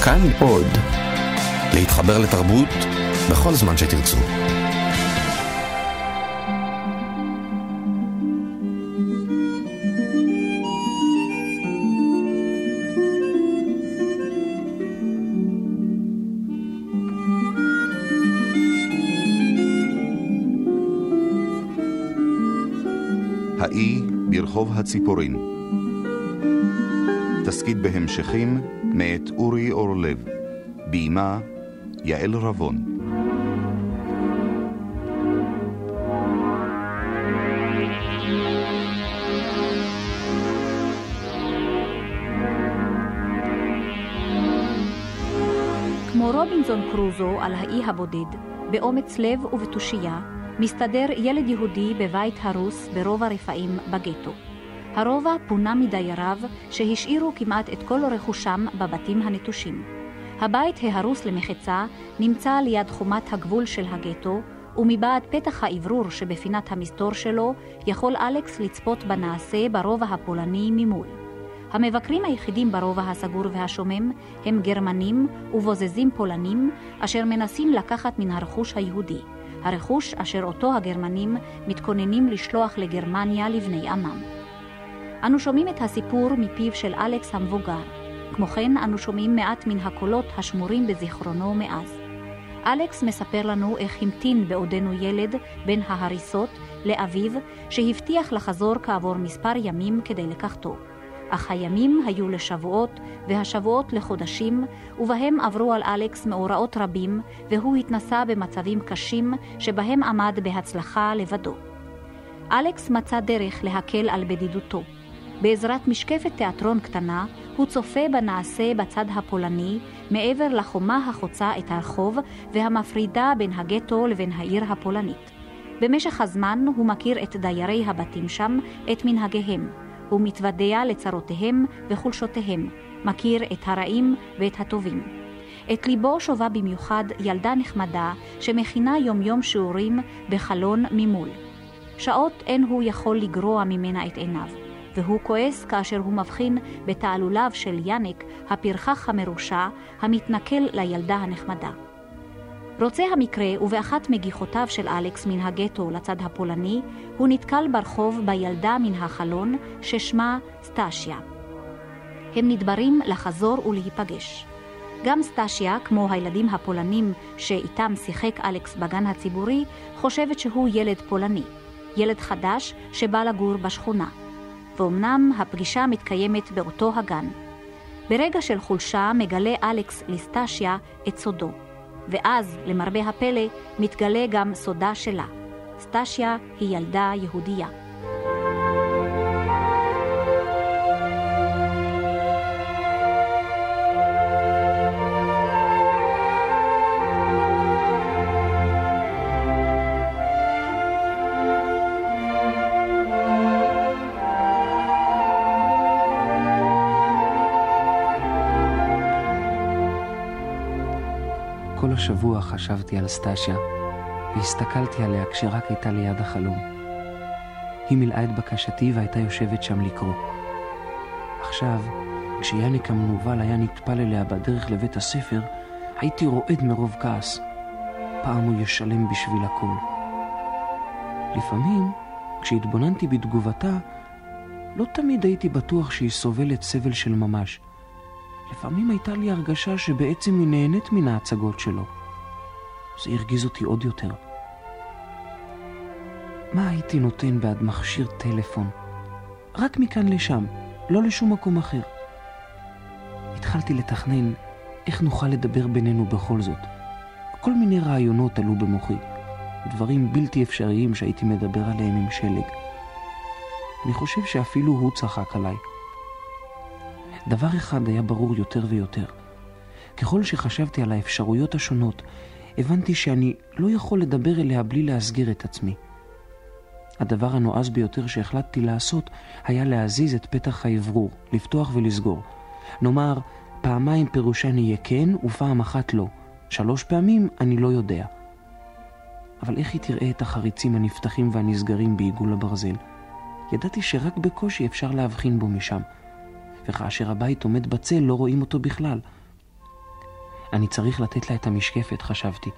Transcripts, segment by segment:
כאן עוד. להתחבר לתרבות בכל זמן שתרצו. האי ברחוב הציפורים. תסקית בהמשכים מאת אורי אורלב. בימה יעל רבון. כמו רובינזון קרוזו על האי הבודד, באומץ לב ובתושייה, מסתדר ילד יהודי בבית הרוס ברובע רפאים בגטו. הרובע פונה מדייריו שהשאירו כמעט את כל רכושם בבתים הנטושים. הבית ההרוס למחצה נמצא ליד חומת הגבול של הגטו, ומבעד פתח האוורור שבפינת המסתור שלו יכול אלכס לצפות בנעשה ברובע הפולני ממול. המבקרים היחידים ברובע הסגור והשומם הם גרמנים ובוזזים פולנים אשר מנסים לקחת מן הרכוש היהודי. הרכוש אשר אותו הגרמנים מתכוננים לשלוח לגרמניה לבני עמם. אנו שומעים את הסיפור מפיו של אלכס המבוגר. כמו כן אנו שומעים מעט מן הקולות השמורים בזיכרונו מאז. אלכס מספר לנו איך המתין בעודנו ילד בין ההריסות לאביו שהבטיח לחזור כעבור מספר ימים כדי לקחתו. אך הימים היו לשבועות והשבועות לחודשים, ובהם עברו על אלכס מאורעות רבים, והוא התנסה במצבים קשים שבהם עמד בהצלחה לבדו. אלכס מצא דרך להקל על בדידותו. בעזרת משקפת תיאטרון קטנה, הוא צופה בנעשה בצד הפולני, מעבר לחומה החוצה את הרחוב והמפרידה בין הגטו לבין העיר הפולנית. במשך הזמן הוא מכיר את דיירי הבתים שם, את מנהגיהם. הוא מתוודע לצרותיהם וחולשותיהם, מכיר את הרעים ואת הטובים. את ליבו שובה במיוחד ילדה נחמדה שמכינה יום שיעורים בחלון ממול. שעות אין הוא יכול לגרוע ממנה את עיניו, והוא כועס כאשר הוא מבחין בתעלוליו של יניק, הפרחח המרושע, המתנכל לילדה הנחמדה. רוצה המקרה ובאחת מגיחותיו של אלכס מן הגטו לצד הפולני, הוא נתקל ברחוב בילדה מן החלון ששמה סטשיה. הם נדברים לחזור ולהיפגש. גם סטשיה, כמו הילדים הפולנים שאיתם שיחק אלכס בגן הציבורי, חושבת שהוא ילד פולני, ילד חדש שבא לגור בשכונה. ואומנם הפגישה מתקיימת באותו הגן. ברגע של חולשה מגלה אלכס לסטשיה את סודו. ואז, למרבה הפלא, מתגלה גם סודה שלה. סטשיה היא ילדה יהודייה. כל השבוע חשבתי על סטשיה, והסתכלתי עליה כשרק הייתה ליד החלום. היא מילאה את בקשתי והייתה יושבת שם לקרוא. עכשיו, כשיאניק המנוול היה נטפל אליה בדרך לבית הספר, הייתי רועד מרוב כעס. פעם הוא ישלם בשביל הכל. לפעמים, כשהתבוננתי בתגובתה, לא תמיד הייתי בטוח שהיא סובלת סבל של ממש. לפעמים הייתה לי הרגשה שבעצם היא נהנית מן ההצגות שלו. זה הרגיז אותי עוד יותר. מה הייתי נותן בעד מכשיר טלפון? רק מכאן לשם, לא לשום מקום אחר. התחלתי לתכנן איך נוכל לדבר בינינו בכל זאת. כל מיני רעיונות עלו במוחי, דברים בלתי אפשריים שהייתי מדבר עליהם עם שלג. אני חושב שאפילו הוא צחק עליי. דבר אחד היה ברור יותר ויותר. ככל שחשבתי על האפשרויות השונות, הבנתי שאני לא יכול לדבר אליה בלי להסגיר את עצמי. הדבר הנועז ביותר שהחלטתי לעשות היה להזיז את פתח האוורור, לפתוח ולסגור. נאמר, פעמיים פירושן יהיה כן ופעם אחת לא. 3 פעמים אני לא יודע. אבל איך היא תראה את החריצים הנפתחים והנסגרים בעיגול הברזל? ידעתי שרק בקושי אפשר להבחין בו משם. וכאשר הבית עומד בצל לא רואים אותו בכלל. אני צריך לתת לה את המשקפת, חשבתי.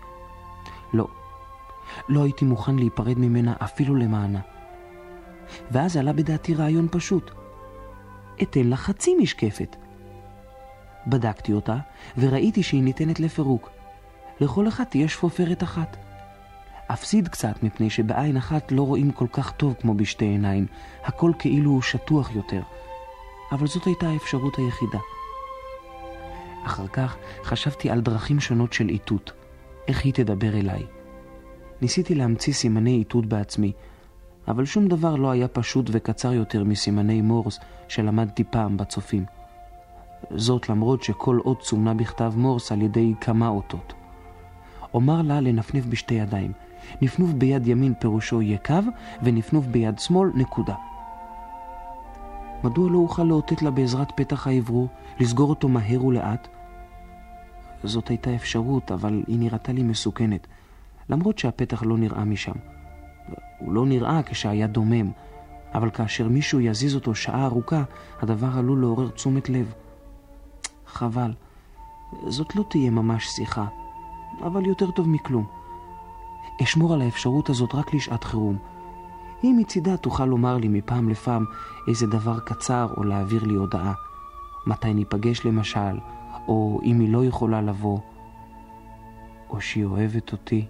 לא הייתי מוכן להיפרד ממנה אפילו למענה. ואז עלה בדעתי רעיון פשוט. אתן לה חצי משקפת. בדקתי אותה וראיתי שהיא ניתנת לפירוק. לכל אחת תהיה שפופרת אחת. אפסיד קצת מפני שבעין אחת לא רואים כל כך טוב כמו בשתי עיניים. הכל כאילו הוא שטוח יותר. אבל זאת הייתה האפשרות היחידה. אחר כך חשבתי על דרכים שונות של איתות. איך היא תדבר אליי. ניסיתי להמציא סימני איתות בעצמי, אבל שום דבר לא היה פשוט וקצר יותר מסימני מורס שלמדתי פעם בצופים. זאת למרות שכל אות סומנה בכתב מורס על ידי כמה אותות. אומר לה לנפנף בשתי ידיים. נפנוף ביד ימין פירושו יהיה קו, ונפנוף ביד שמאל נקודה. מדוע לא אוכל לאותת לה בעזרת פתח העברור, לסגור אותו מהר ולאט? זאת הייתה אפשרות, אבל היא נראתה לי מסוכנת, למרות שהפתח לא נראה משם. הוא לא נראה כשהיה דומם, אבל כאשר מישהו יזיז אותו שעה ארוכה, הדבר עלול לעורר תשומת לב. חבל, זאת לא תהיה ממש שיחה, אבל יותר טוב מכלום. אשמור על האפשרות הזאת רק לשעת חירום. היא מצידה תוכל לומר לי מפעם לפעם איזה דבר קצר או להעביר לי הודעה. מתי ניפגש למשל, או אם היא לא יכולה לבוא, או שהיא אוהבת אותי.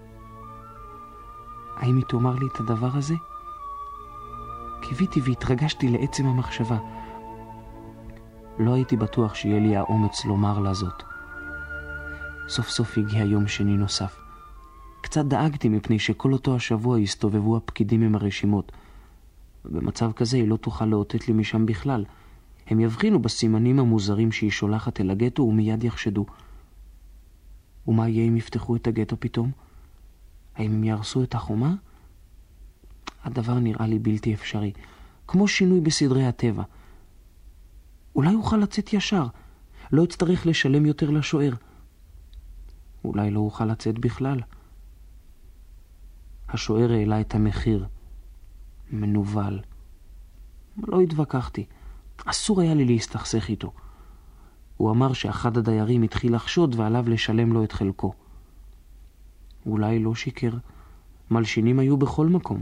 האם היא תאמר לי את הדבר הזה? קיוויתי והתרגשתי לעצם המחשבה. לא הייתי בטוח שיהיה לי האומץ לומר לה זאת. סוף סוף הגיע יום שני נוסף. קצת דאגתי מפני שכל אותו השבוע הסתובבו הפקידים עם הרשימות. במצב כזה היא לא תוכל לאותת לי משם בכלל. הם יבחינו בסימנים המוזרים שהיא שולחת אל הגטו ומיד יחשדו. ומה יהיה אם יפתחו את הגטו פתאום? האם הם ירסו את החומה? הדבר נראה לי בלתי אפשרי, כמו שינוי בסדרי הטבע. אולי אוכל לצאת ישר, לא אצטרך לשלם יותר לשוער. אולי לא אוכל לצאת בכלל. השוער העלה את המחיר. מנוול. לא התווכחתי. אסור היה לי להסתכסך איתו. הוא אמר שאחד הדיירים התחיל לחשוד ועליו לשלם לו את חלקו. אולי לא שיקר. מלשינים היו בכל מקום.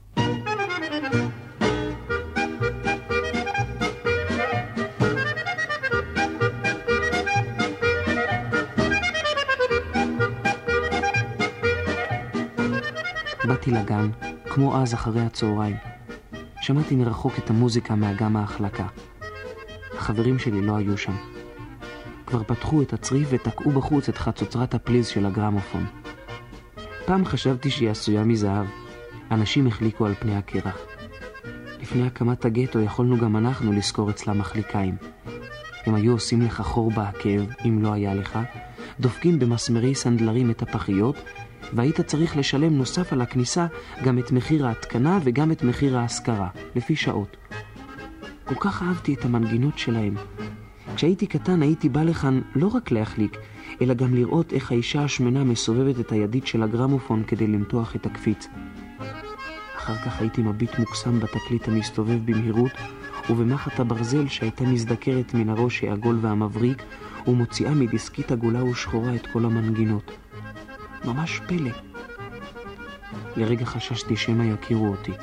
באתי לגן, כמו אז אחרי הצהריים. שמעתי מרחוק את המוזיקה מאגם ההחלקה. החברים שלי לא היו שם. כבר פתחו את הצריף ותקעו בחוץ את חצוצרת הפליז של הגרמופון. פעם חשבתי שהיא עשויה מזהב. אנשים החליקו על פני הקרח. לפני הקמת הגטו יכולנו גם אנחנו לזכור אצלה מחליקיים. הם היו עושים לך חור בעקב, אם לא היה לך, דופקים במסמרי סנדלרים את הפחיות, והיית צריך לשלם נוסף על הכניסה גם את מחיר ההתקנה וגם את מחיר ההשכרה, לפי שעות. כל כך אהבתי את המנגינות שלהם. כשהייתי קטן הייתי בא לכאן לא רק להחליק, אלא גם לראות איך האישה השמנה מסובבת את הידית של הגרמופון כדי למתוח את הקפיץ. אחר כך הייתי מביט מוקסם בתקליט המסתובב במהירות, ובמחט הברזל שהייתה מזדקרת מן הראש העגול והמבריק, ומוציאה מדיסקית עגולה ושחורה את כל המנגינות. ממש פלא. לרגע חששתי שמה יכירו אותי.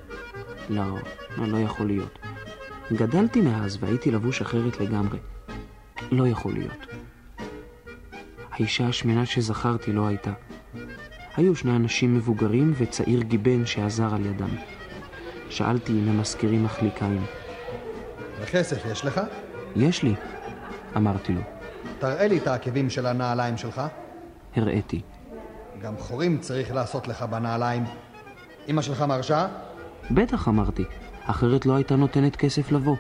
לא יכול להיות. גדלתי מאז והייתי לבוש אחרת לגמרי. לא יכול להיות. האישה השמנה שזכרתי לא הייתה. היו שני אנשים מבוגרים וצעיר גיבן שעזר על ידם. שאלתי אם הם מזכירים מחליקיים. וכסף יש לך? יש לי, אמרתי לו. תראה לי את העקבים של הנעליים שלך. הראיתי. גם חורים צריך לעשות לך בנעליים. אמא שלך מרשה? בטח, אמרתי. אחרת לא הייתה נותנת כסף לבוא.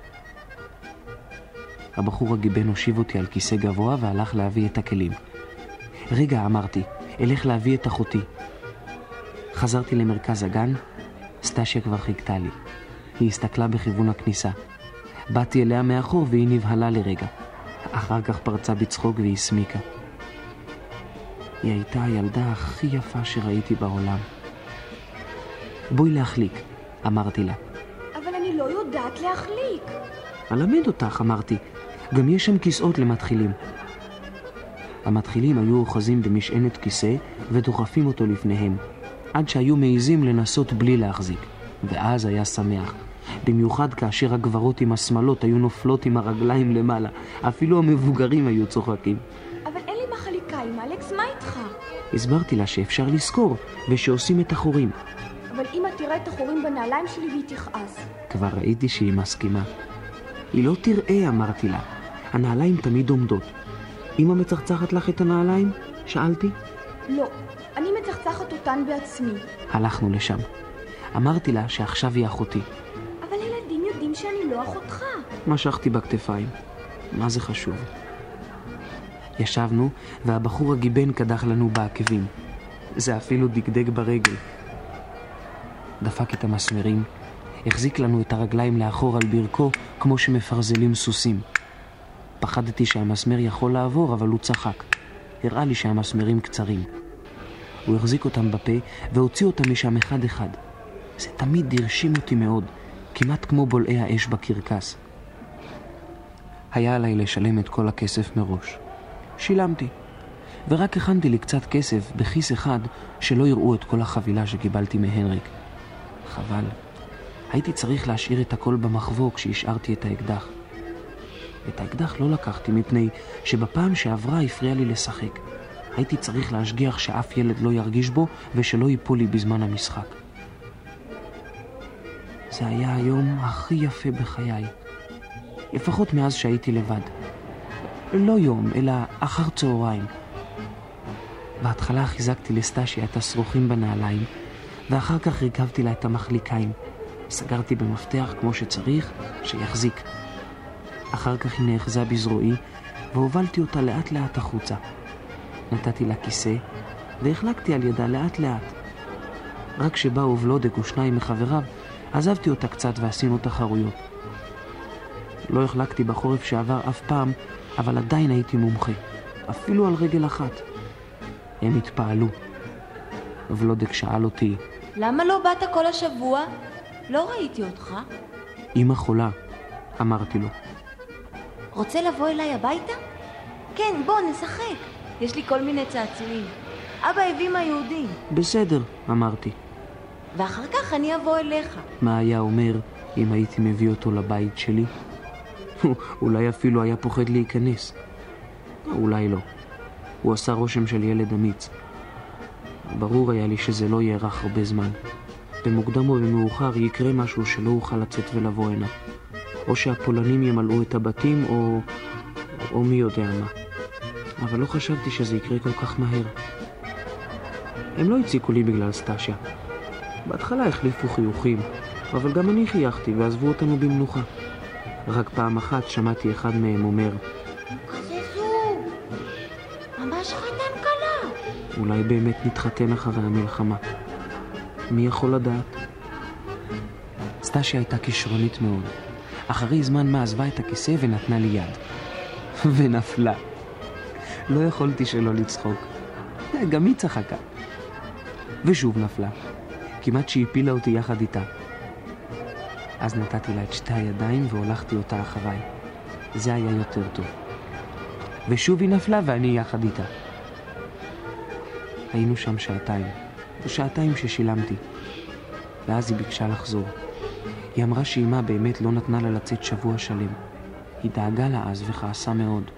הבחור הגיבן הושיב אותי על כיסא גבוה והלך להביא את הכלים. רגע, אמרתי, אלך להביא את אחותי. חזרתי למרכז הגן, סטשיה כבר חיכתה לי. היא הסתכלה בכיוון הכניסה. באתי אליה מאחור והיא נבהלה לרגע. אחר כך פרצה בצחוק והיא הסמיקה. היא הייתה הילדה הכי יפה שראיתי בעולם. בואי להחליק, אמרתי לה. אבל אני לא יודעת להחליק. אלמד אותך, אמרתי. גם יש שם כיסאות למתחילים. המתחילים היו אוחזים במשענת כיסא ודוחפים אותו לפניהם, עד שהיו מעיזים לנסות בלי להחזיק, ואז היה שמח. במיוחד כאשר הגברות עם השמלות היו נופלות עם הרגליים למעלה, אפילו המבוגרים היו צוחקים. אבל אין לי מחליקיים, אלכס, מה איתך? הסברתי לה שאפשר לזכור ושעושים את החורים. אבל אמא תראה את החורים בנעליים שלי והיא תכעס. כבר ראיתי שהיא מסכימה. היא לא תראה, אמרתי לה. הנעליים תמיד עומדות. אמא מצחצחת לך את הנעליים? שאלתי. לא, אני מצחצחת אותן בעצמי. הלכנו לשם. אמרתי לה שעכשיו היא אחותי. אבל ילדים יודעים שאני לא אחותך. משכתי בכתפיים. מה זה חשוב? ישבנו והבחור הגיבן קדח לנו בעקבים. זה אפילו דגדג ברגל. דפק את המסמרים, החזיק לנו את הרגליים לאחור על ברכו כמו שמפרזלים סוסים. פחדתי שהמסמר יכול לעבור, אבל הוא צחק. הראה לי שהמסמרים קצרים. הוא החזיק אותם בפה והוציא אותם משם אחד אחד. זה תמיד הרשים אותי מאוד, כמעט כמו בולעי האש בקרקס. היה עליי לשלם את כל הכסף מראש. שילמתי, ורק הכנתי לי קצת כסף בכיס אחד שלא יראו את כל החבילה שקיבלתי מהנריק. חבל. הייתי צריך להשאיר את הכל במחבוא כשהשארתי את האקדח. את האקדח לא לקחתי מפני שבפעם שעברה הפריע לי לשחק. הייתי צריך להשגיח שאף ילד לא ירגיש בו ושלא ייפול לי בזמן המשחק. זה היה היום הכי יפה בחיי. לפחות מאז שהייתי לבד. לא יום, אלא אחר צהריים. בהתחלה חיזקתי לסטשיה את השרוכים בנעליים, ואחר כך רכבתי לה את המחליקיים. סגרתי במפתח כמו שצריך, שיחזיק. אחר כך היא נאחזה בזרועי, והובלתי אותה לאט לאט החוצה. נתתי לה כיסא, והחלקתי על ידה לאט לאט. רק כשבאו ולודק ושניים מחבריו, עזבתי אותה קצת ועשינו תחרויות. לא החלקתי בחורף שעבר אף פעם, אבל עדיין הייתי מומחה, אפילו על רגל אחת. הם התפעלו. ולודק שאל אותי, למה לא באת כל השבוע? לא ראיתי אותך. אמא חולה, אמרתי לו. רוצה לבוא אליי הביתה? כן, בוא נשחק. יש לי כל מיני צעצועים. אבא הביא מהיהודים. בסדר, אמרתי. ואחר כך אני אבוא אליך. מה היה אומר אם הייתי מביא אותו לבית שלי? אולי אפילו היה פוחד להיכנס. אולי לא. הוא עשה רושם של ילד אמיץ. ברור היה לי שזה לא יארך הרבה זמן. במוקדם או במאוחר יקרה משהו שלא אוכל לצאת ולבוא הנה. או שהפולנים ימלאו את הבתים או מי יודע מה. אבל לא חשבתי שזה יקרה כל כך מהר. הם לא הציקו לי בגלל סטשיה. בהתחלה החליפו חיוכים, אבל גם אני חייכתי ועזבו אותנו במנוחה. רק פעם אחת שמעתי אחד מהם אומר, כזה זוג, ממש חתן קלה. אולי באמת נתחתן אחרי המלחמה. מי יכול לדעת? סטשיה הייתה כישרונית מאוד. אחרי זמן מה עזבה את הכיסא ונתנה לי יד. ונפלה. לא יכולתי שלא לצחוק. גם היא צחקה. ושוב נפלה. כמעט שהפילה אותי יחד איתה. אז נתתי לה את שתי הידיים והולכתי אותה אחריי. זה היה יותר טוב. ושוב היא נפלה ואני יחד איתה. היינו שם שעתיים ששילמתי. ואז היא ביקשה לחזור. היא אמרה שאמא באמת לא נתנה לה לצאת שבוע שלם. היא דאגה לה אז וכעסה מאוד.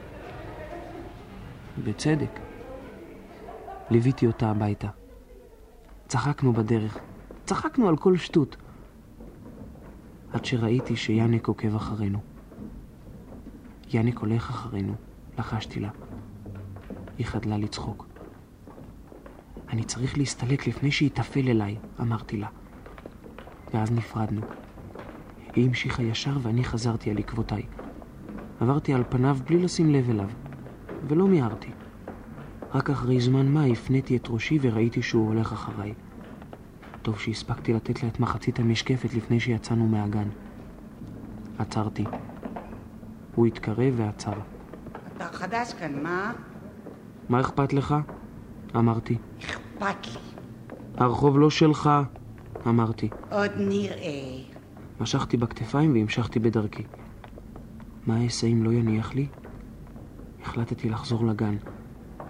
בצדק. ליוויתי אותה הביתה. צחקנו בדרך. צחקנו על כל שטות. עד שראיתי שיאניק עוקב אחרינו. יאניק הולך אחרינו, לחשתי לה. היא חדלה לצחוק. אני צריך להסתלק לפני שהיא תפל אליי, אמרתי לה. ואז נפרדנו. היא המשיכה ישר ואני חזרתי על עקבותיי. עברתי על פניו בלי לשים לב אליו, ולא מיהרתי. רק אחרי זמן מה הפניתי את ראשי וראיתי שהוא הולך אחריי. טוב שהספקתי לתת לה את מחצית המשקפת לפני שיצאנו מהגן. עצרתי. הוא התקרב ועצר. אתה חדש כאן, מה? מה אכפת לך? אמרתי. אכפת לי. הרחוב לא שלך, אמרתי. עוד נראה. משכתי בכתפיים והמשכתי בדרכי. מה אעשה אם לא יניח לי? החלטתי לחזור לגן.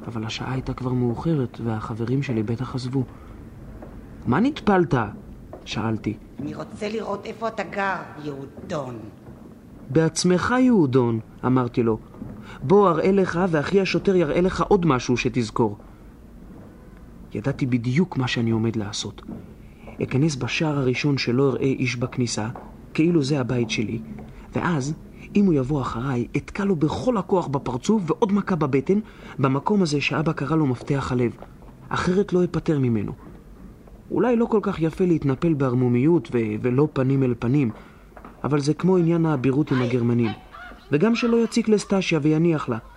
אבל השעה הייתה כבר מאוחרת והחברים שלי בטח עזבו. מה נטפלת? שאלתי. אני רוצה לראות איפה אתה גר, יהודון. בעצמך יהודון, אמרתי לו. בוא אראה לך ואחי השוטר יראה לך עוד משהו שתזכור. ידעתי בדיוק מה שאני עומד לעשות. אכנס בשער הראשון שלא אראה איש בכניסה, כאילו זה הבית שלי, ואז, אם הוא יבוא אחריי, אתקע לו בכל הכוח בפרצוף ועוד מכה בבטן, במקום הזה שאבא קרא לו מפתח הלב. אחרת לא אפטר ממנו. אולי לא כל כך יפה להתנפל בהרמומיות ולא פנים אל פנים, אבל זה כמו עניין האבירות עם הגרמנים. וגם שלא יציק לסטשיה ויניח לה.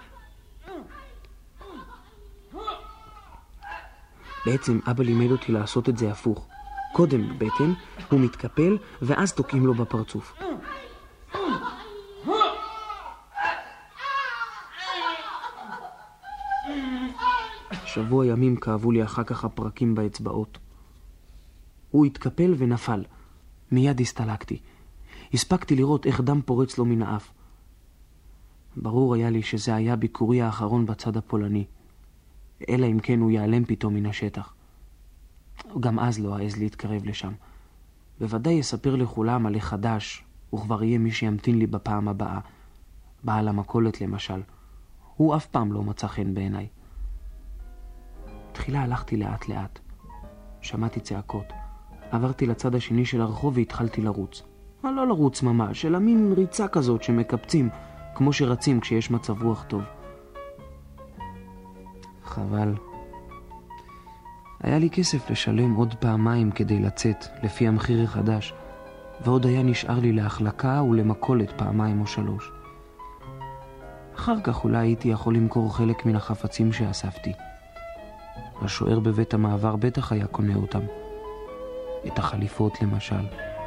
בעצם אבא לימד אותי לעשות את זה הפוך. קודם בבטן, הוא מתקפל, ואז תוקעים לו בפרצוף. שבוע ימים כאבו לי אחר כך הפרקים באצבעות. הוא התקפל ונפל. מיד הסתלקתי. הספקתי לראות איך דם פורץ לו מן האף. ברור היה לי שזה היה ביקורי האחרון בצד הפולני. אלא אם כן הוא ייעלם פתאום מן השטח. גם אז לא העז להתקרב לשם. בוודאי יספר לכולם על חדש, וכבר יהיה מי שימתין לי בפעם הבאה. בעל המכולת למשל. הוא אף פעם לא מצא חן בעיניי. תחילה הלכתי לאט לאט. שמעתי צעקות. עברתי לצד השני של הרחוב והתחלתי לרוץ. לא לרוץ ממש, אלא מין ריצה כזאת שמקפצים, כמו שרצים כשיש מצב רוח טוב. חבל. היה לי כסף לשלם עוד פעמיים כדי לצאת, לפי המחיר החדש, ועוד היה נשאר לי להחלקה ולמכולת פעמיים או 3. אחר כך אולי הייתי יכול למכור חלק מן החפצים שאספתי. השוער בבית המעבר בטח היה קונה אותם. את החליפות למשל.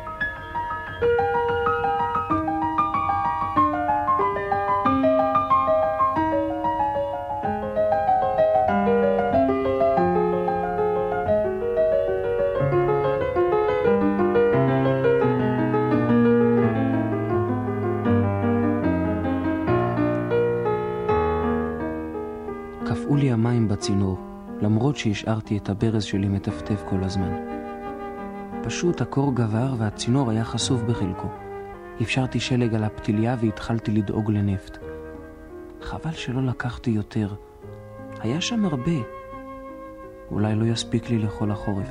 קפאו לי המים בצינור, למרות שהשארתי את הברז שלי מטפטף כל הזמן. פשוט הקור גבר והצינור היה חשוף בחלקו. אפשרתי שלג על הפתיליה והתחלתי לדאוג לנפט. חבל שלא לקחתי יותר. היה שם הרבה. אולי לא יספיק לי לכל החורף.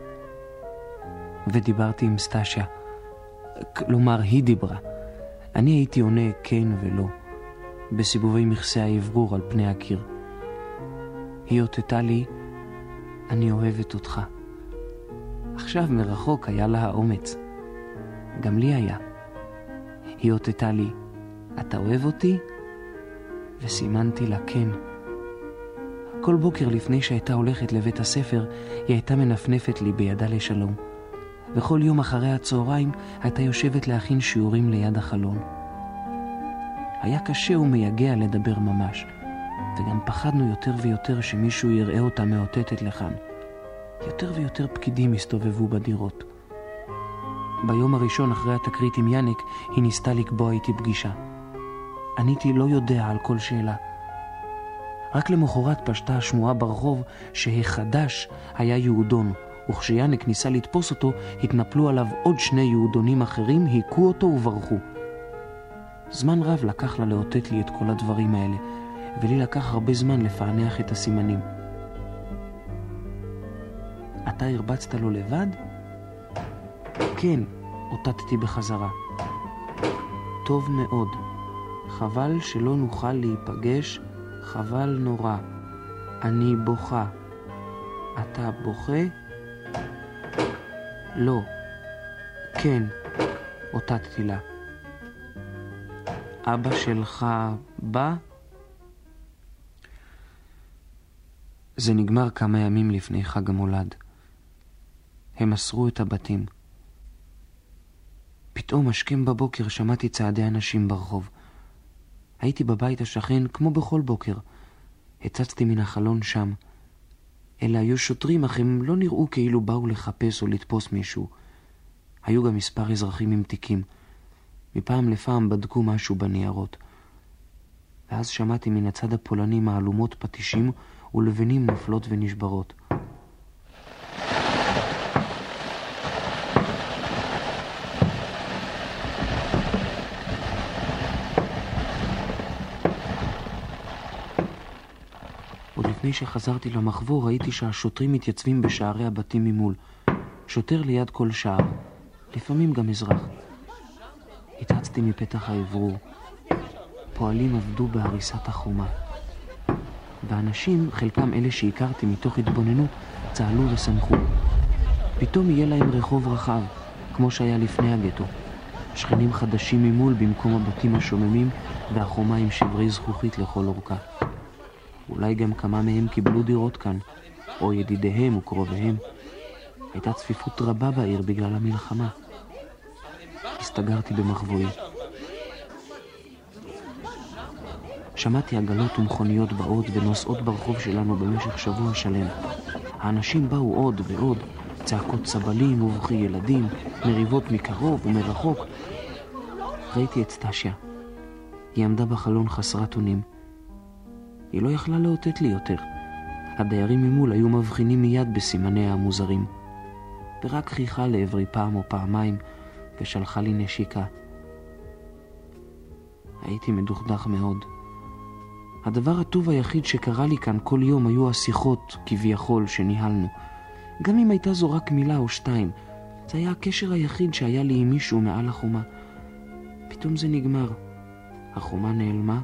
ודיברתי עם סטשיה. כלומר, היא דיברה. אני הייתי עונה כן ולא, בסיבובי מכסה העברור על פני הקיר. היא אותתה לי, אני אוהבת אותך. עכשיו מרחוק היה לה האומץ. גם לי היה. היא אותתה לי, אתה אוהב אותי? וסימנתי לה כן. כל בוקר לפני שהייתה הולכת לבית הספר, היא הייתה מנפנפת לי בידה לשלום. וכל יום אחרי הצהריים הייתה יושבת להכין שיעורים ליד החלון. היה קשה ומייגע לדבר ממש, וגם פחדנו יותר ויותר שמישהו יראה אותה מאותתת לכאן. יותר ויותר פקידים הסתובבו בדירות. ביום הראשון אחרי התקרית עם ינק, היא ניסתה לקבוע איתי פגישה. עניתי לא יודע על כל שאלה. רק למחרת פשטה השמועה ברחוב שהחדש היה יהודון, וכשיאנק ניסה לתפוס אותו, התנפלו עליו עוד 2 יהודונים אחרים, היכו אותו וברחו. זמן רב לקח לה לאותת לי את כל הדברים האלה, ולי לקח הרבה זמן לפענח את הסימנים. אתה הרבצת לו לבד? כן, אותתתי בחזרה. טוב מאוד. חבל שלא נוכל להיפגש, חבל נורא. אני בוכה. אתה בוכה? לא. כן, אותתתי לה. אבא שלך בא? זה נגמר כמה ימים לפני חג המולד. הם אסרו את הבתים. פתאום השכם בבוקר שמעתי צעדי אנשים ברחוב. הייתי בבית השכן כמו בכל בוקר. הצצתי מן החלון שם. אלה היו שוטרים, אך הם לא נראו כאילו באו לחפש או לתפוס מישהו. היו גם מספר אזרחים עם תיקים. מפעם לפעם בדקו משהו בניירות. ואז שמעתי מן הצד הפולני מהלומות פטישים ולבנים נופלות ונשברות. עוד לפני שחזרתי למחבור ראיתי שהשוטרים מתייצבים בשערי הבתים ממול. שוטר ליד כל שער, לפעמים גם אזרח. התרצתי מפתח האוורור. פועלים עבדו בהריסת החומה. ואנשים, חלקם אלה שהכרתי מתוך התבוננות, צהלו ושמחו. פתאום יהיה להם רחוב רחב, כמו שהיה לפני הגטו. שכנים חדשים ממול במקום הבתים השוממים והחומה עם שברי זכוכית לכל אורכה. אולי גם כמה מהם קיבלו דירות כאן, או ידידיהם וקרוביהם. הייתה צפיפות רבה בעיר בגלל המלחמה. הסתגרתי במחבואי. שמעתי עגלות ומכוניות באות ונוסעות ברחוב שלנו במשך שבוע שלם. האנשים באו עוד ועוד, צעקות סבלים ובכי ילדים, מריבות מקרוב ומרחוק. ראיתי את סטשיה. היא עמדה בחלון חסרת אונים. היא לא יכלה לאותת לי יותר. הדיירים ממול היו מבחינים מיד בסימניה המוזרים. ורק חיכה לעברי פעם או פעמיים ושלחה לי נשיקה. הייתי מדוכדך מאוד. הדבר הטוב היחיד שקרה לי כאן כל יום היו השיחות כביכול שניהלנו. גם אם הייתה זו רק מילה או שתיים, זה היה הקשר היחיד שהיה לי עם מישהו מעל החומה. פתאום זה נגמר. החומה נעלמה.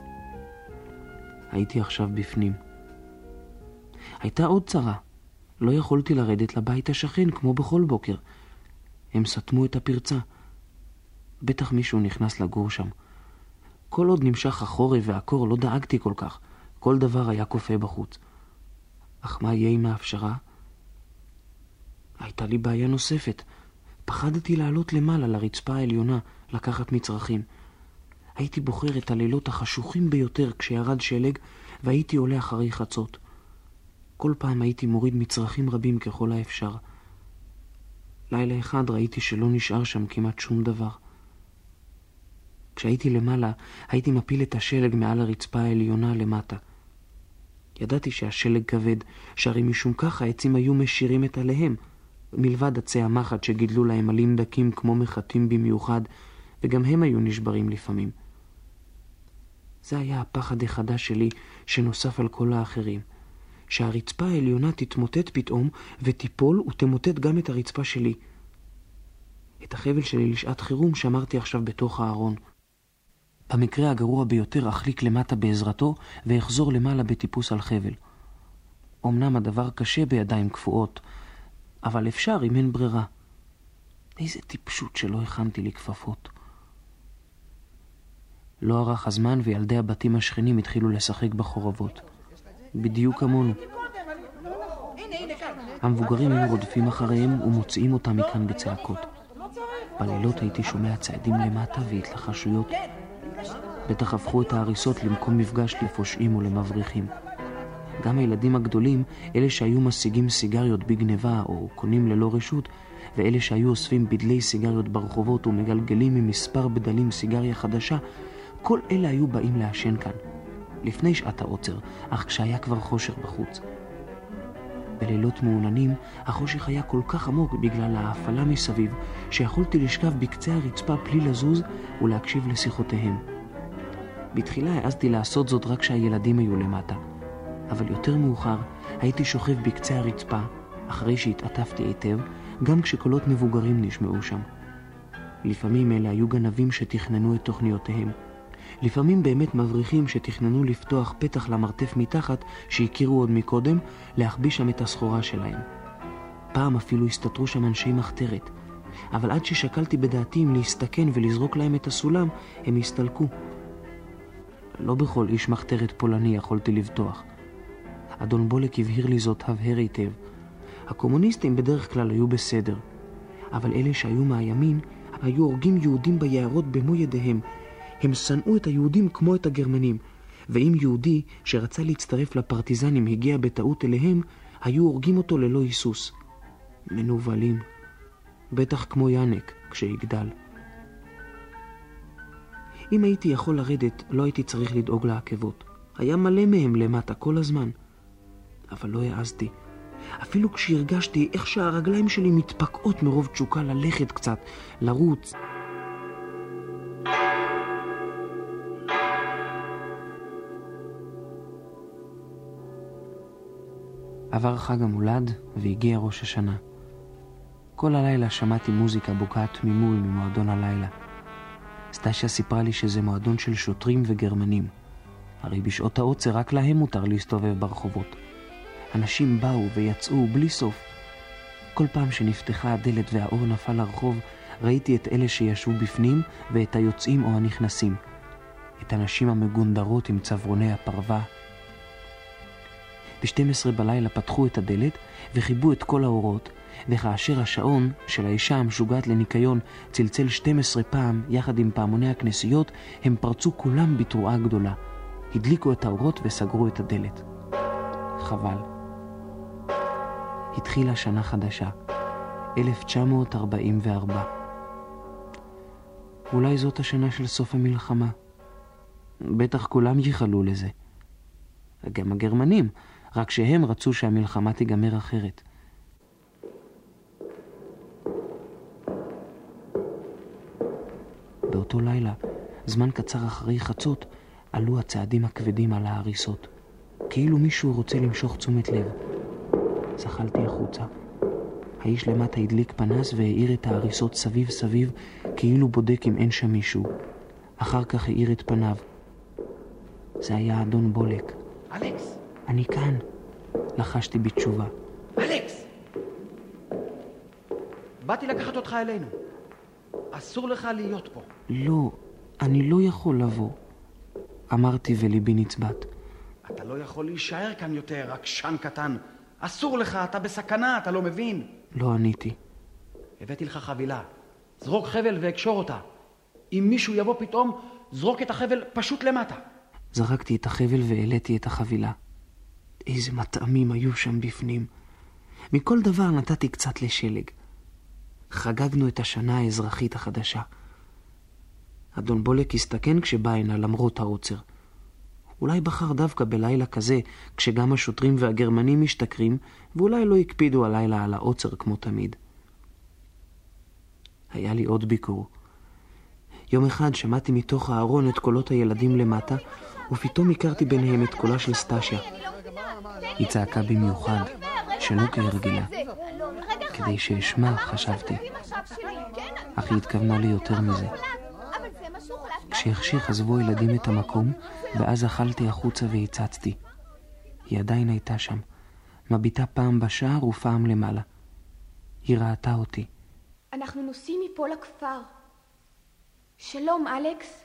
הייתי עכשיו בפנים. הייתה עוד צרה. לא יכולתי לרדת לבית השכן כמו בכל בוקר. הם סתמו את הפרצה. בטח מישהו נכנס לגור שם. כל עוד נמשך החורף והקור לא דאגתי כל כך. כל דבר היה קופה בחוץ. אך מה יהיה עם האפשרה? הייתה לי בעיה נוספת. פחדתי לעלות למעלה לרצפה העליונה, לקחת מצרכים. הייתי בוחר את הלילות החשוכים ביותר כשירד שלג, והייתי עולה אחרי חצות. כל פעם הייתי מוריד מצרכים רבים ככל האפשר. לילה אחד ראיתי שלא נשאר שם כמעט שום דבר. כשהייתי למעלה, הייתי מפיל את השלג מעל הרצפה העליונה למטה. ידעתי שהשלג כבד, שהרי משום כך העצים היו משירים את עליהם, מלבד עצי המחט שגידלו להם עלים דקים כמו מחטים במיוחד, וגם הם היו נשברים לפעמים. זה היה הפחד החדש שלי שנוסף על כל האחרים, שהרצפה העליונה תתמוטט פתאום ותיפול ותמוטט גם את הרצפה שלי. את החבל שלי לשעת חירום שמרתי עכשיו בתוך הארון. במקרה הגרוע ביותר אחליק למטה בעזרתו ואחזור למעלה בטיפוס על חבל. אמנם הדבר קשה בידיים קפואות, אבל אפשר אם אין ברירה. איזה טיפשות שלא הכנתי לי כפפות. לא ערך הזמן וילדי הבתים השכנים התחילו לשחק בחורבות. בדיוק כמונו. המבוגרים היו רודפים אחריהם ומוציאים אותם מכאן בצעקות. בלילות הייתי שומע צעדים למטה והתלחשויות. בטח הפכו את ההריסות למקום מפגש לפושעים ולמבריחים. גם הילדים הגדולים, אלה שהיו משיגים סיגריות בגניבה או קונים ללא רשות, ואלה שהיו אוספים בדלי סיגריות ברחובות ומגלגלים ממספר בדלים סיגריה חדשה, כל אלה היו באים לעשן כאן, לפני שעת העוצר, אך כשהיה כבר חושך בחוץ. בלילות מעוננים, החושך היה כל כך עמוק בגלל ההפעלה מסביב, שיכולתי לשכב בקצה הרצפה בלי לזוז ולהקשיב לשיחותיהם. בתחילה העזתי לעשות זאת רק כשהילדים היו למטה, אבל יותר מאוחר הייתי שוכב בקצה הרצפה, אחרי שהתעטפתי היטב, גם כשקולות מבוגרים נשמעו שם. לפעמים אלה היו גנבים שתכננו את תוכניותיהם. לפעמים באמת מבריחים שתכננו לפתוח פתח למרתף מתחת שהכירו עוד מקודם, להחביא שם את הסחורה שלהם. פעם אפילו הסתתרו שם אנשי מחתרת, אבל עד ששקלתי בדעתי אם להסתכן ולזרוק להם את הסולם, הם הסתלקו. לא בכל איש מחתרת פולני יכולתי לבטוח. אדון בולק הבהיר לי זאת הבהר היטב. הקומוניסטים בדרך כלל היו בסדר, אבל אלה שהיו מהימין היו הורגים יהודים ביערות במו ידיהם. הם שנאו את היהודים כמו את הגרמנים, ואם יהודי שרצה להצטרף לפרטיזנים הגיע בטעות אליהם, היו הורגים אותו ללא היסוס. מנובלים. בטח כמו ינק כשיגדל. אם הייתי יכול לרדת, לא הייתי צריך לדאוג לעקבות. היה מלא מהם למטה כל הזמן. אבל לא העזתי. אפילו כשהרגשתי איך שהרגליים שלי מתפקעות מרוב תשוקה ללכת קצת, לרוץ. עבר חג המולד והגיע ראש השנה. כל הלילה שמעתי מוזיקה בוקעת ממול ממועדון הלילה. סטשיה סיפרה לי שזה מועדון של שוטרים וגרמנים. הרי בשעות העוצר רק להם מותר להסתובב ברחובות. אנשים באו ויצאו בלי סוף. כל פעם שנפתחה הדלת והאור נפל לרחוב, ראיתי את אלה שישבו בפנים ואת היוצאים או הנכנסים. את הנשים המגונדרות עם צברוני הפרווה. ב-12 בלילה פתחו את הדלת וחיבו את כל האורות, וכאשר השעון של האישה המשוגעת לניקיון צלצל 12 פעם יחד עם פעמוני הכנסיות, הם פרצו כולם בתרועה גדולה. הדליקו את האורות וסגרו את הדלת. חבל. התחילה שנה חדשה, 1944. אולי זאת השנה של סוף המלחמה. בטח כולם ייחלו לזה. גם הגרמנים, רק שהם רצו שהמלחמה תיגמר אחרת. באותו לילה, זמן קצר אחרי חצות, עלו הצעדים הכבדים על ההריסות. כאילו מישהו רוצה למשוך תשומת לב. זחלתי החוצה. האיש למטה הדליק פנס והאיר את ההריסות סביב סביב, כאילו בודק אם אין שם מישהו. אחר כך האיר את פניו. זה היה אדון בולק. אלכס! אני כאן. לחשתי בתשובה. אלכס! באתי לקחת אותך אלינו. אסור לך להיות פה. לא, אני לא יכול לבוא. אמרתי וליבי נצבט. אתה לא יכול להישאר כאן יותר, עקשן קטן. אסור לך, אתה בסכנה, אתה לא מבין. לא עניתי. הבאתי לך חבילה. זרוק חבל והקשור אותה. אם מישהו יבוא פתאום, זרוק את החבל פשוט למטה. זרקתי את החבל והעליתי את החבילה. איזה מטעמים היו שם בפנים. מכל דבר נתתי קצת לשלג. חגגנו את השנה האזרחית החדשה. אדון בולק הסתכן כשבא הנה למרות העוצר. אולי בחר דווקא בלילה כזה, כשגם השוטרים והגרמנים משתכרים, ואולי לא הקפידו הלילה על העוצר כמו תמיד. היה לי עוד ביקור. יום אחד שמעתי מתוך הארון את קולות הילדים למטה, ופתאום הכרתי ביניהם את קולה של סטשיה. היא צעקה במיוחד, שלא כהרגילה. כדי שאשמע, חשבתי. אך היא התכוונה לי יותר מזה. כשהחשיך עזבו ילדים את המקום, ואז אכלתי החוצה והצצתי. היא עדיין הייתה שם, מביטה פעם בשער ופעם למעלה. היא ראתה אותי. אנחנו נוסעים מפה לכפר. שלום, אלכס.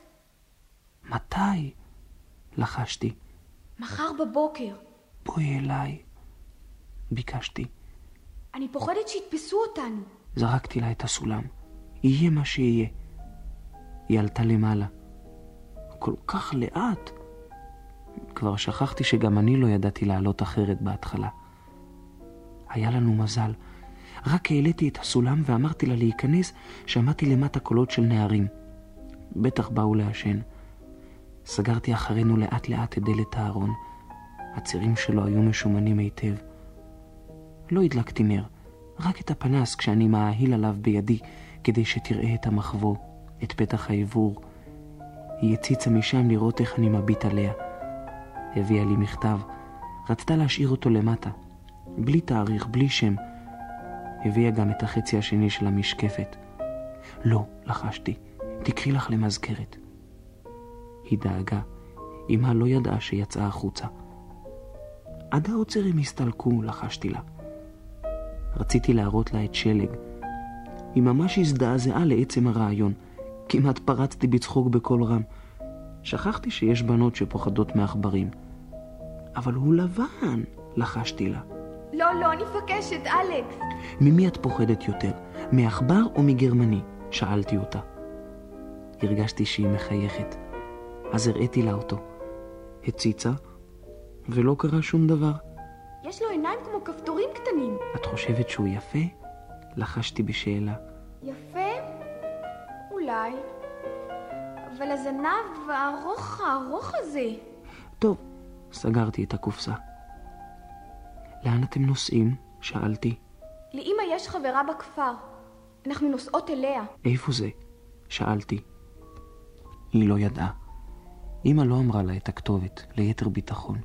מתי? לחשתי. מחר בבוקר. בואי אליי. ביקשתי. אני פוחדת שיתפסו אותנו. זרקתי לה את הסולם. יהיה מה שיהיה. היא עלתה למעלה. כל כך לאט. כבר שכחתי שגם אני לא ידעתי לעלות אחרת בהתחלה. היה לנו מזל. רק העליתי את הסולם ואמרתי לה להיכנס, שמעתי למטה קולות של נערים. בטח באו לעשן. סגרתי אחרינו לאט לאט את דלת הארון. הצירים שלו היו משומנים היטב. לא הדלקתי נר, רק את הפנס כשאני מאהיל עליו בידי כדי שתראה את המחבוא, את פתח העיבור. היא הציצה משם לראות איך אני מביט עליה. הביאה לי מכתב. רצתה להשאיר אותו למטה. בלי תאריך, בלי שם. הביאה גם את החצי השני של המשקפת. לא, לחשתי. תקחי לך למזכרת. היא דאגה. אמא לא ידעה שיצאה החוצה. עד העוצר הם הסתלקו, לחשתי לה. רציתי להראות לה את שלג. היא ממש הזדעזעה לעצם הרעיון. כמעט פרצתי בצחוק בקול רם. שכחתי שיש בנות שפוחדות מעכברים. אבל הוא לבן, לחשתי לה. לא, אני מבקשת, אלכס. ממי את פוחדת יותר? מעכבר או מגרמני? שאלתי אותה. הרגשתי שהיא מחייכת. אז הראיתי לה אותו. הציצה, ולא קרה שום דבר. יש לו עיניים כמו כפתורים קטנים. את חושבת שהוא יפה? לחשתי בשאלה. יפה? אולי. אבל הזנב הארוך הזה. טוב, סגרתי את הקופסה. לאן אתם נוסעים? שאלתי. לאמא יש חברה בכפר. אנחנו נוסעות אליה. איפה זה? שאלתי. היא לא ידעה. אמא לא אמרה לה את הכתובת, ליתר ביטחון.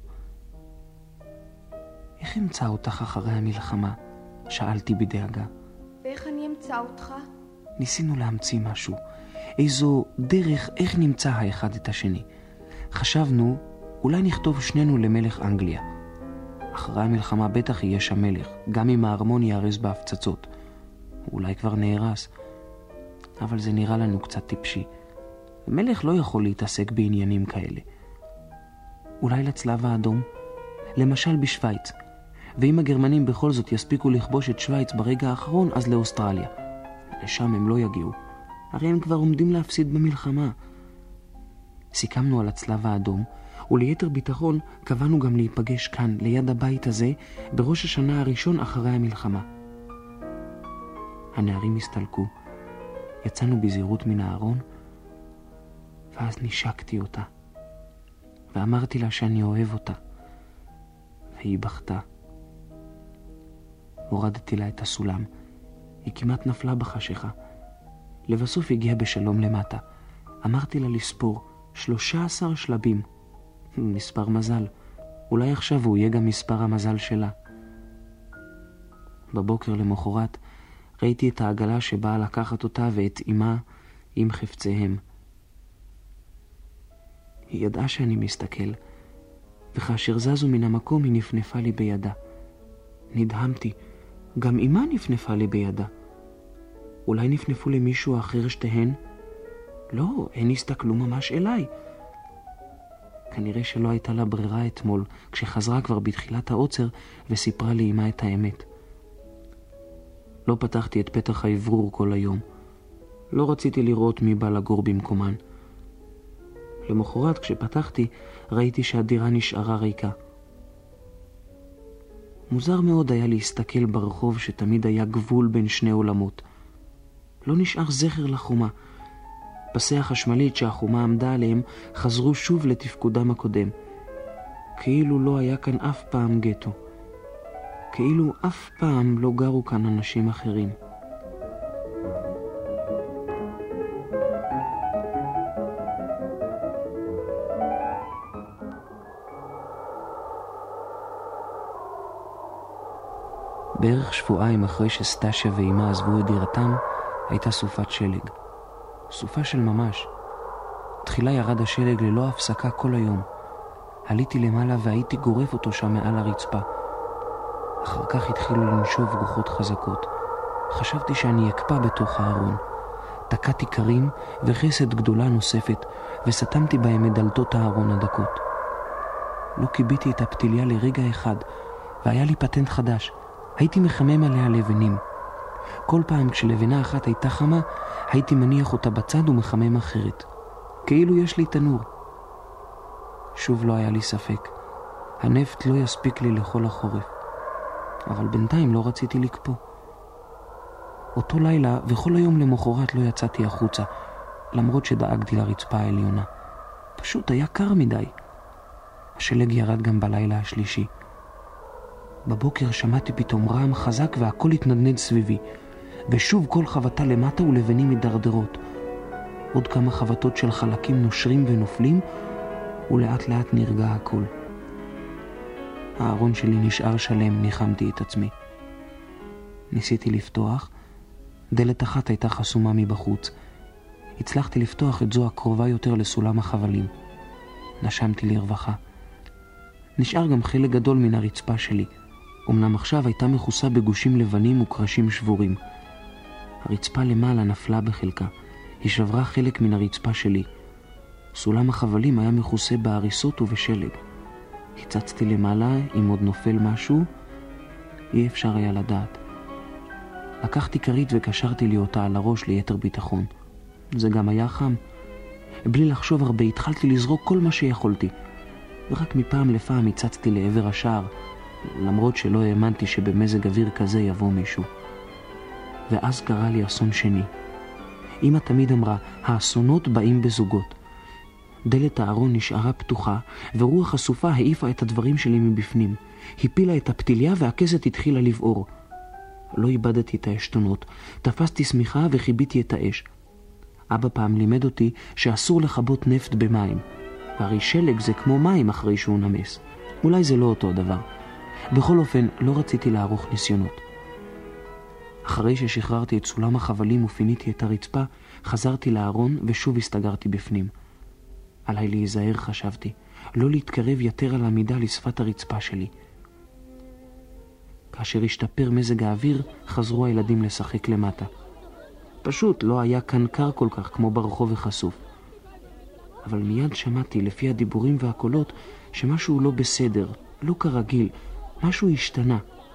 איך אמצא אותך אחרי המלחמה? שאלתי בדאגה. ואיך אני אמצא אותך? ניסינו להמציא משהו. איזו דרך איך נמצא האחד את השני. חשבנו, אולי נכתוב שנינו למלך אנגליה. אחרי המלחמה בטח יהיה שם מלך, גם אם הארמון יארז בהפצצות. אולי כבר נהרס. אבל זה נראה לנו קצת טיפשי. מלך לא יכול להתעסק בעניינים כאלה. אולי לצלב האדום? למשל בשוויץ. ואם הגרמנים בכל זאת יספיקו לכבוש את שוויץ ברגע האחרון, אז לאוסטרליה. לשם הם לא יגיעו. הרי הם כבר עומדים להפסיד במלחמה. סיכמנו על הצלב האדום, וליתר ביטחון קבענו גם להיפגש כאן, ליד הבית הזה, בראש השנה הראשון אחרי המלחמה. הנערים הסתלקו. יצאנו בזהירות מן הארון, ואז נשקתי אותה. ואמרתי לה שאני אוהב אותה. והיא בכתה. הורדתי לה את הסולם. היא כמעט נפלה בחשיכה. לבסוף הגיעה בשלום למטה. אמרתי לה לספור 13 שלבים. מספר מזל. אולי עכשיו הוא יהיה גם מספר המזל שלה. בבוקר למחרת ראיתי את העגלה שבאה לקחת אותה ואת אמה עם חפציהם. היא ידעה שאני מסתכל, וכאשר זזו מן המקום היא נפנפה לי בידה. נדהמתי, גם אמה נפנפה לי בידה. אולי נפנפו למישהו אחר שתיהן? לא, הן הסתכלו ממש אליי. כנראה שלא הייתה לה ברירה אתמול, כשחזרה כבר בתחילת העוצר וסיפרה לי אמה את האמת. לא פתחתי את פתח האוורור כל היום. לא רציתי לראות מי בא לגור במקומן. למחרת כשפתחתי ראיתי שהדירה נשארה ריקה. מוזר מאוד היה להסתכל ברחוב שתמיד היה גבול בין שני עולמות. לא נשאר זכר לחומה. פסי החשמלית שהחומה עמדה עליהם חזרו שוב לתפקודם הקודם. כאילו לא היה כאן אף פעם גטו. כאילו אף פעם לא גרו כאן אנשים אחרים. בערך שבועיים אחרי שסטשיה ואימה עזבו את דירתם, הייתה סופת שלג. סופה של ממש. תחילה ירד השלג ללא הפסקה כל היום. עליתי למעלה והייתי גורף אותו שם מעל הרצפה. אחר כך התחילו לנשוב רוחות חזקות. חשבתי שאני אקפא בתוך הארון. תקעתי קרים וחסד גדולה נוספת, וסתמתי בהם את דלתות הארון הדקות. לא קיביתי את הפתיליה לרגע אחד, והיה לי פטנט חדש. הייתי מחמם עליה לבנים. כל פעם כשלבנה אחת הייתה חמה, הייתי מניח אותה בצד ומחמם אחרת. כאילו יש לי תנור. שוב לא היה לי ספק. הנפט לא יספיק לי לכל החורף. אבל בינתיים לא רציתי לקפוא. אותו לילה וכל היום למחרת לא יצאתי החוצה, למרות שדאגתי לרצפה העליונה. פשוט היה קר מדי. השלג ירד גם בלילה השלישי. בבוקר שמעתי פתאום רעם חזק והכל התנדנד סביבי, ושוב כל חבטה למטה ולבנים מדרדרות. עוד כמה חבטות של חלקים נושרים ונופלים, ולאט לאט נרגע הכל. הארון שלי נשאר שלם, ניחמתי את עצמי. ניסיתי לפתוח, דלת אחת הייתה חסומה מבחוץ. הצלחתי לפתוח את זו הקרובה יותר לסולם החבלים. נשמתי לרווחה. נשאר גם חלק גדול מן הרצפה שלי. אמנם עכשיו הייתה מכוסה בגושים לבנים וקרשים שבורים. הרצפה למעלה נפלה בחלקה. היא שברה חלק מן הרצפה שלי. סולם החבלים היה מכוסה בהריסות ובשלג. הצצתי למעלה, אם עוד נופל משהו, אי אפשר היה לדעת. לקחתי כרית וקשרתי לי אותה על הראש ליתר ביטחון. זה גם היה חם. בלי לחשוב הרבה התחלתי לזרוק כל מה שיכולתי. ורק מפעם לפעם הצצתי לעבר השער, למרות שלא האמנתי שבמזג אוויר כזה יבוא מישהו. ואז קרה לי אסון שני. אמא תמיד אמרה, האסונות באים בזוגות. דלת הארון נשארה פתוחה, ורוח הסופה העיפה את הדברים שלי מבפנים. הפילה את הפתיליה והכסת התחילה לבעור. לא איבדתי את העשתונות, תפסתי סמיכה וחיביתי את האש. אבא פעם לימד אותי שאסור לכבות נפט במים. והרי שלג זה כמו מים אחרי שהוא נמס. אולי זה לא אותו דבר. בכל אופן, לא רציתי לערוך ניסיונות. אחרי ששחררתי את סולם החבלים ופיניתי את הרצפה, חזרתי לארון ושוב הסתגרתי בפנים. עליי להיזהר, חשבתי, לא להתקרב יותר על המידה לשפת הרצפה שלי. כאשר השתפר מזג האוויר, חזרו הילדים לשחק למטה. פשוט לא היה כאן קר כל כך כמו ברחוב וחשוף. אבל מיד שמעתי לפי הדיבורים והקולות שמשהו לא בסדר, לא כרגיל, משהו השתנה.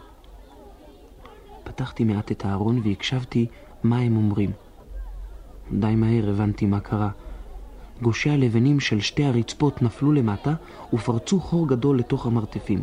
פתחתי מעט את הארון והקשבתי מה הם אומרים. די מהר הבנתי מה קרה. גושי הלבנים של שתי הרצפות נפלו למטה ופרצו חור גדול לתוך המרתפים.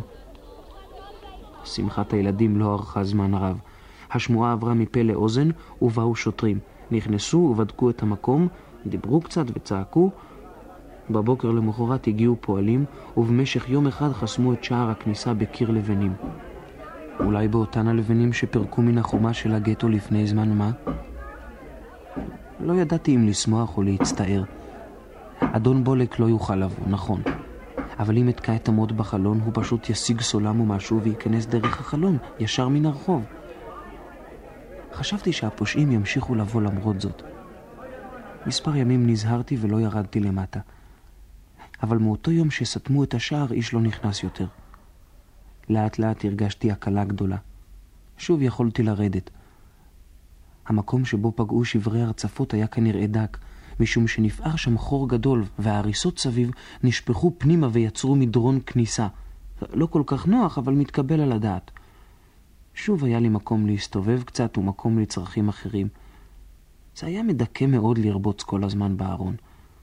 שמחת הילדים לא ארכה זמן רב. השמועה עברה מפה לאוזן ובאו שוטרים. נכנסו ובדקו את המקום, דיברו קצת וצעקו. בבוקר למחרת הגיעו פועלים ובמשך יום אחד חסמו את שער הכניסה בקיר לבנים. אולי באותן הלבנים שפרקו מן החומה של הגטו לפני זמן מה? לא ידעתי אם לשמוח או להצטער. אדון בולק לא יוכל לבוא, נכון. אבל אם אתקע את עמוד בחלון, הוא פשוט ישיג סולם או משהו וייכנס דרך החלון, ישר מן הרחוב. חשבתי שהפושעים ימשיכו לבוא למרות זאת. מספר ימים נזהרתי ולא ירדתי למטה. אבל מאותו יום שסתמו את השער, איש לא נכנס יותר. לאט לאט הרגשתי הקלה גדולה. שוב יכולתי לרדת. המקום שבו פגעו שברי הרצפות היה כנראה דק, משום שנפער שם חור גדול, וההריסות סביב נשפכו פנימה ויצרו מדרון כניסה. לא כל כך נוח, אבל מתקבל על הדעת. שוב היה לי מקום להסתובב קצת ומקום לצרכים אחרים. זה היה מדכא מאוד לרבוץ כל הזמן בארון.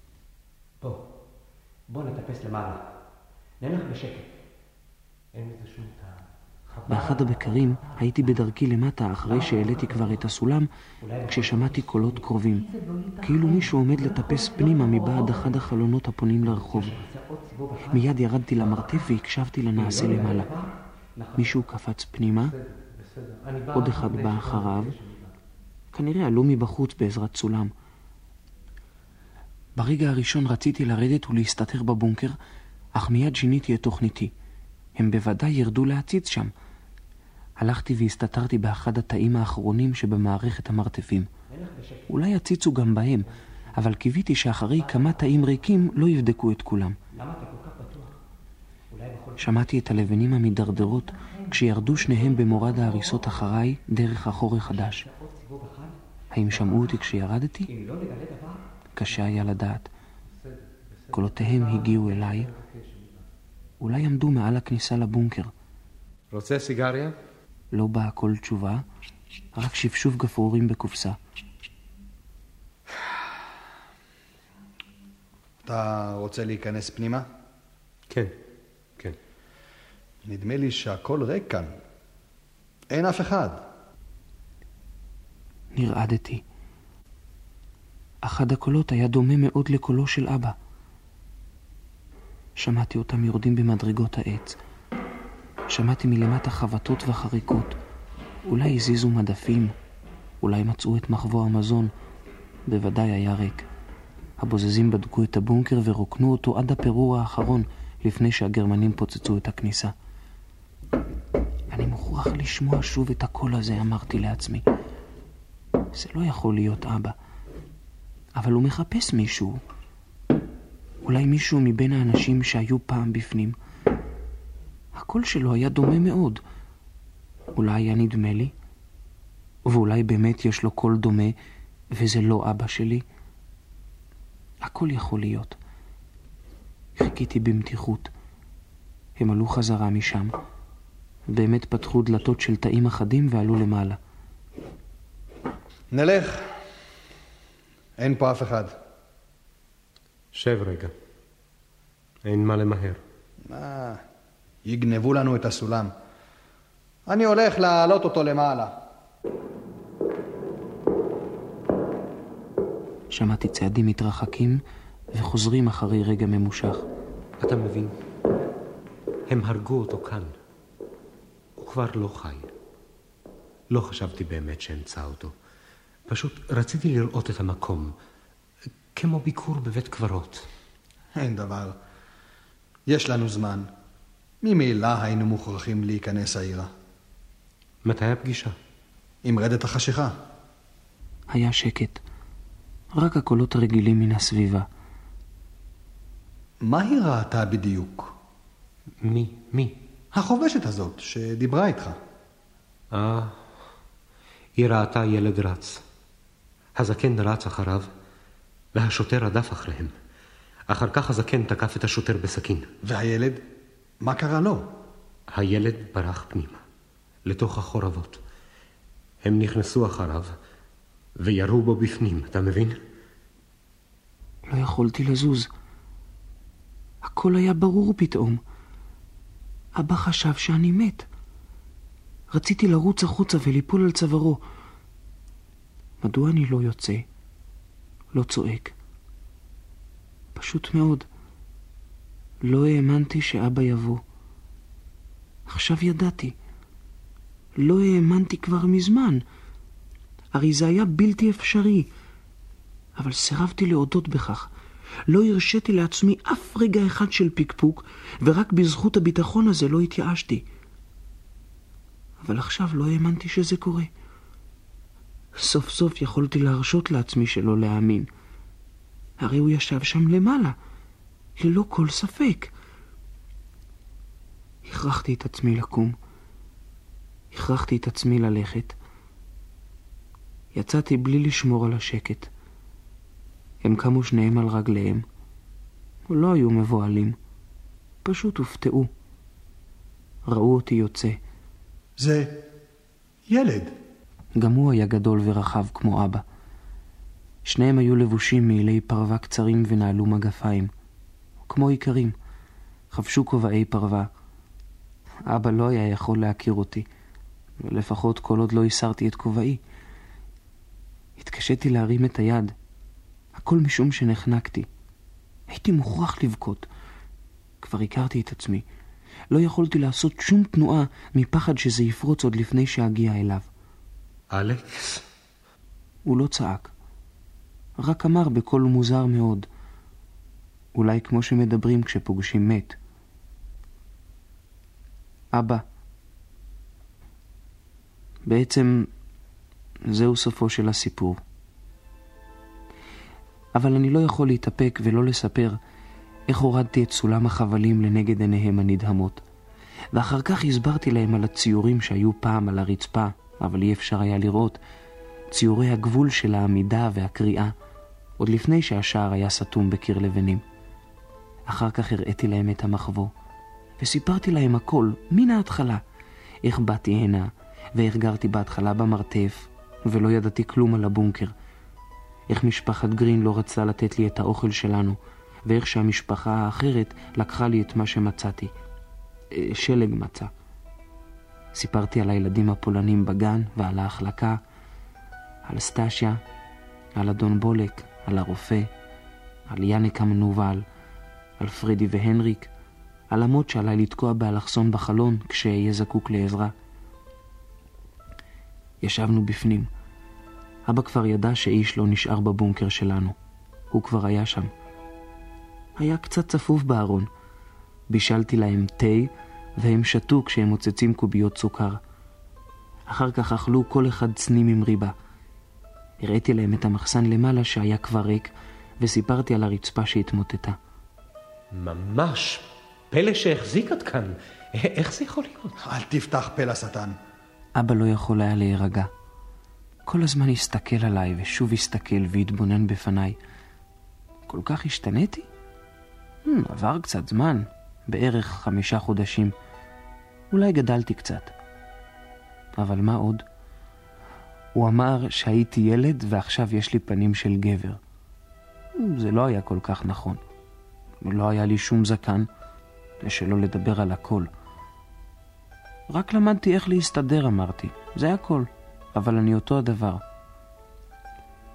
בוא נטפס למעלה. נלך בשקט. אין מזה שום טעם. באחד הבקרים הייתי בדרכי למטה אחרי שהעליתי כבר את הסולם, כששמעתי קולות קרובים, כאילו מישהו עומד לטפס פנימה מבעד אחד החלונות הפונים לרחוב. מיד ירדתי למרתף והקשבתי לנעשה למעלה. מישהו קפץ פנימה, עוד אחד בא אחריו, כנראה עלו מבחוץ בעזרת סולם. ברגע הראשון רציתי לרדת ולהסתתר בבונקר, אך מיד שיניתי את תוכניתי. הם בוודאי ירדו להציץ שם. הלכתי והסתתרתי באחד התאים האחרונים שבמערכת המרתפים. אולי יציצו גם בהם, אבל קיוויתי שאחרי כמה תאים ריקים לא יבדקו את כולם. שמעתי את הלבנים המדרדרות כשירדו שניהם במורד ההריסות אחריי דרך החור החדש. האם שמעו אותי כשירדתי? קשה היה לדעת. קולותיהם הגיעו אליי. אולי עמדו מעל הכניסה לבונקר. רוצה סיגריה? לא באה כל תשובה, רק שפשוף גפרורים בקופסה. אתה רוצה להיכנס פנימה? כן, כן. נדמה לי שהכל ריק כאן. אין אף אחד. נרעדתי. אחד הקולות היה דומה מאוד לקולו של אבא. שמעתי אותם יורדים במדרגות העץ. שמעתי מלמטה חבטות וחריקות. אולי הזיזו מדפים, אולי מצאו את מחבוא המזון. בוודאי היה ריק. הבוזזים בדקו את הבונקר ורוקנו אותו עד הפירור האחרון, לפני שהגרמנים פוצצו את הכניסה. אני מוכרח לשמוע שוב את הקול הזה, אמרתי לעצמי. זה לא יכול להיות אבא. אבל הוא מחפש מישהו. אולי מישהו מבין האנשים שהיו פעם בפנים. הקול שלו היה דומה מאוד. אולי היה נדמה לי. ואולי באמת יש לו קול דומה, וזה לא אבא שלי. הכל יכול להיות. חיכיתי במתיחות. הם עלו חזרה משם. באמת פתחו דלתות של תאים אחדים ועלו למעלה. נלך. אין פה אף אחד. שב רגע. אין מה למהר. יגנבו לנו את הסולם. אני הולך להעלות אותו למעלה. שמעתי צעדים מתרחקים, וחוזרים אחרי רגע ממושך. אתה מבין? הם הרגו אותו כאן. הוא כבר לא חי. לא חשבתי באמת שאמצא אותו. פשוט רציתי לראות את המקום, כמו ביקור בבית קברות. אין דבר. יש לנו זמן. ממילא היינו מוכרחים להיכנס העירה. מתי הפגישה? עם רדת החשיכה. היה שקט. רק הקולות הרגילים מן הסביבה. מה היא ראתה בדיוק? מי? החובשת הזאת שדיברה איתך. היא ראתה ילד רץ. הזקן רץ אחריו, והשוטר רדף אחריהם. אחר כך הזקן תקף את השוטר בסכין. והילד? מה קרה לו? הילד ברח פנימה, לתוך החורבות. הם נכנסו אחריו, וירו בו בפנים, אתה מבין? לא יכולתי לזוז. הכל היה ברור פתאום. אבא חשב שאני מת. רציתי לרוץ החוצה וליפול על צווארו. מדוע אני לא יוצא? לא צועק. פשוט מאוד. לא האמנתי שאבא יבוא. עכשיו ידעתי. לא האמנתי כבר מזמן. הרי זה היה בלתי אפשרי. אבל סירבתי להודות בכך. לא הרשיתי לעצמי אף רגע אחד של פיקפוק, ורק בזכות הביטחון הזה לא התייאשתי. אבל עכשיו לא האמנתי שזה קורה. סוף סוף יכולתי להרשות לעצמי שלא להאמין. הרי הוא ישב שם למעלה, ללא כל ספק. הכרחתי את עצמי לקום. הכרחתי את עצמי ללכת. יצאתי בלי לשמור על השקט. הם קמו שניהם על רגליהם. לא היו מבועלים. פשוט הופתעו. ראו אותי יוצא. זה ילד. גם הוא היה גדול ורחב כמו אבא. שניהם היו לבושים מעילי פרווה קצרים ונעלו מגפיים. כמו עיקרים. חבשו כובעי פרווה. אבא לא היה יכול להכיר אותי. ולפחות כל עוד לא הסרתי את כובעי. התקשיתי להרים את היד. הכל משום שנחנקתי. הייתי מוכרח לבכות. כבר הכרתי את עצמי. לא יכולתי לעשות שום תנועה מפחד שזה יפרוץ עוד לפני שאגיע אליו. אלכס? הוא לא צעק. רק אמר בקול מוזר מאוד. אולי כמו שמדברים כשפוגשים מת. אבא. בעצם זהו סופו של הסיפור. אבל אני לא יכול להתאפק ולא לספר איך הורדתי את סולם החבלים לנגד עיניהם הנדהמות. ואחר כך הסברתי להם על הציורים שהיו פעם על הרצפה, אבל אי אפשר היה לראות, ציורי הגבול של העמידה והקריאה, עוד לפני שהשער היה סתום בקיר לבנים. אחר כך הראיתי להם את המחבוא, וסיפרתי להם הכל, מן ההתחלה, איך באתי הנה, ואיך גרתי בהתחלה במרתף, ולא ידעתי כלום על הבונקר. איך משפחת גרין לא רצה לתת לי את האוכל שלנו, ואיך שהמשפחה האחרת לקחה לי את מה שמצאתי. שלג מצא. סיפרתי על הילדים הפולנים בגן ועל ההחלקה, על סטשיה, על אדון בולק, על הרופא, על ינק המנובל, על פרדי והנריק, על המות שעליי לתקוע באלכסון בחלון כשהיה זקוק לעזרה. ישבנו בפנים. אבא כבר ידע שאיש לא נשאר בבונקר שלנו. הוא כבר היה שם. היה קצת צפוף בארון. בישלתי להם תה, והם שתו כשהם מוצצים קוביות סוכר. אחר כך אכלו כל אחד צנים עם ריבה. הראיתי להם את המחסן למעלה שהיה כבר ריק, וסיפרתי על הרצפה שהתמוטטה. ממש פלא שהחזיקת כאן. איך זה יכול להיות? אל תפתח פה לשטן. אבא לא יכול היה להירגע. כל הזמן הסתכל עליי ושוב הסתכל והתבונן בפניי. כל כך השתניתי? עבר קצת זמן, בערך 5 חודשים. אולי גדלתי קצת. אבל מה עוד? הוא אמר שהייתי ילד ועכשיו יש לי פנים של גבר. זה לא היה כל כך נכון. לא היה לי שום זקן, ושלא לדבר על הכל. רק למדתי איך להסתדר, אמרתי. זה הכל. אבל אני אותו הדבר.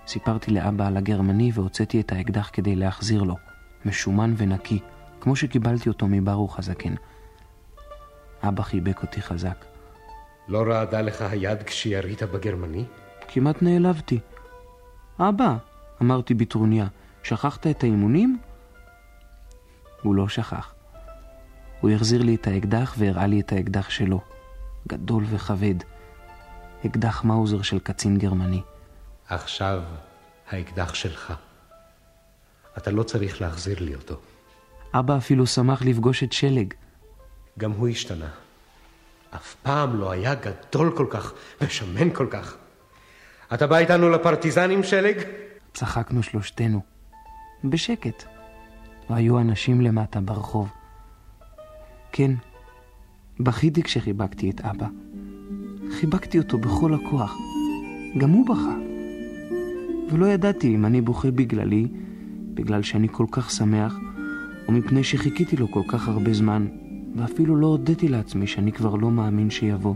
סיפרתי לאבא על הגרמני והוצאתי את האקדח כדי להחזיר לו, משומן ונקי, כמו שקיבלתי אותו מברוך הזקן. אבא חיבק אותי חזק. לא רעדה לך היד כשירית בגרמני? כמעט נעלבתי. אבא, אמרתי בטרוניה, שכחת את האימונים? הוא לא שכח. הוא החזיר לי את האקדח והראה לי את האקדח שלו. גדול וכבד. אקדח מאוזר של קצין גרמני. עכשיו האקדח שלך. אתה לא צריך להחזיר לי אותו. אבא אפילו שמח לפגוש את שלג. גם הוא השתנה. אף פעם לא היה גדול כל כך ושמן כל כך. אתה בא איתנו לפרטיזנים, שלג? צחקנו שלושתנו. בשקט. והיו אנשים למטה ברחוב. כן, בכיתי כשחיבקתי את אבא. חיבקתי אותו בכל הכוח. גם הוא בכה. ולא ידעתי אם אני בוכה בגללי, בגלל שאני כל כך שמח, או מפני שחיכיתי לו כל כך הרבה זמן, ואפילו לא הודיתי לעצמי שאני כבר לא מאמין שיבוא.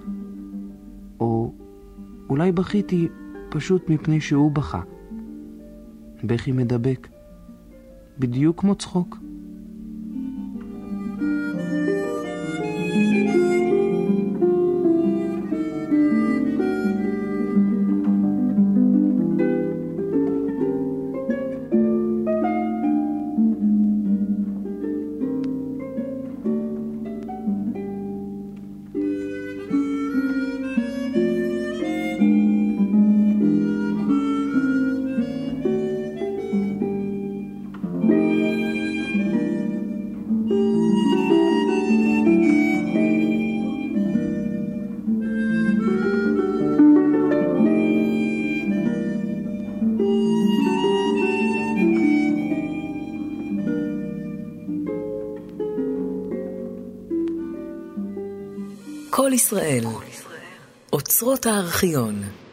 או אולי בכיתי פשוט מפני שהוא בכה. בכי מדבק. בדיוק כמו צחוק. כל ישראל, אוצרות הארכיון.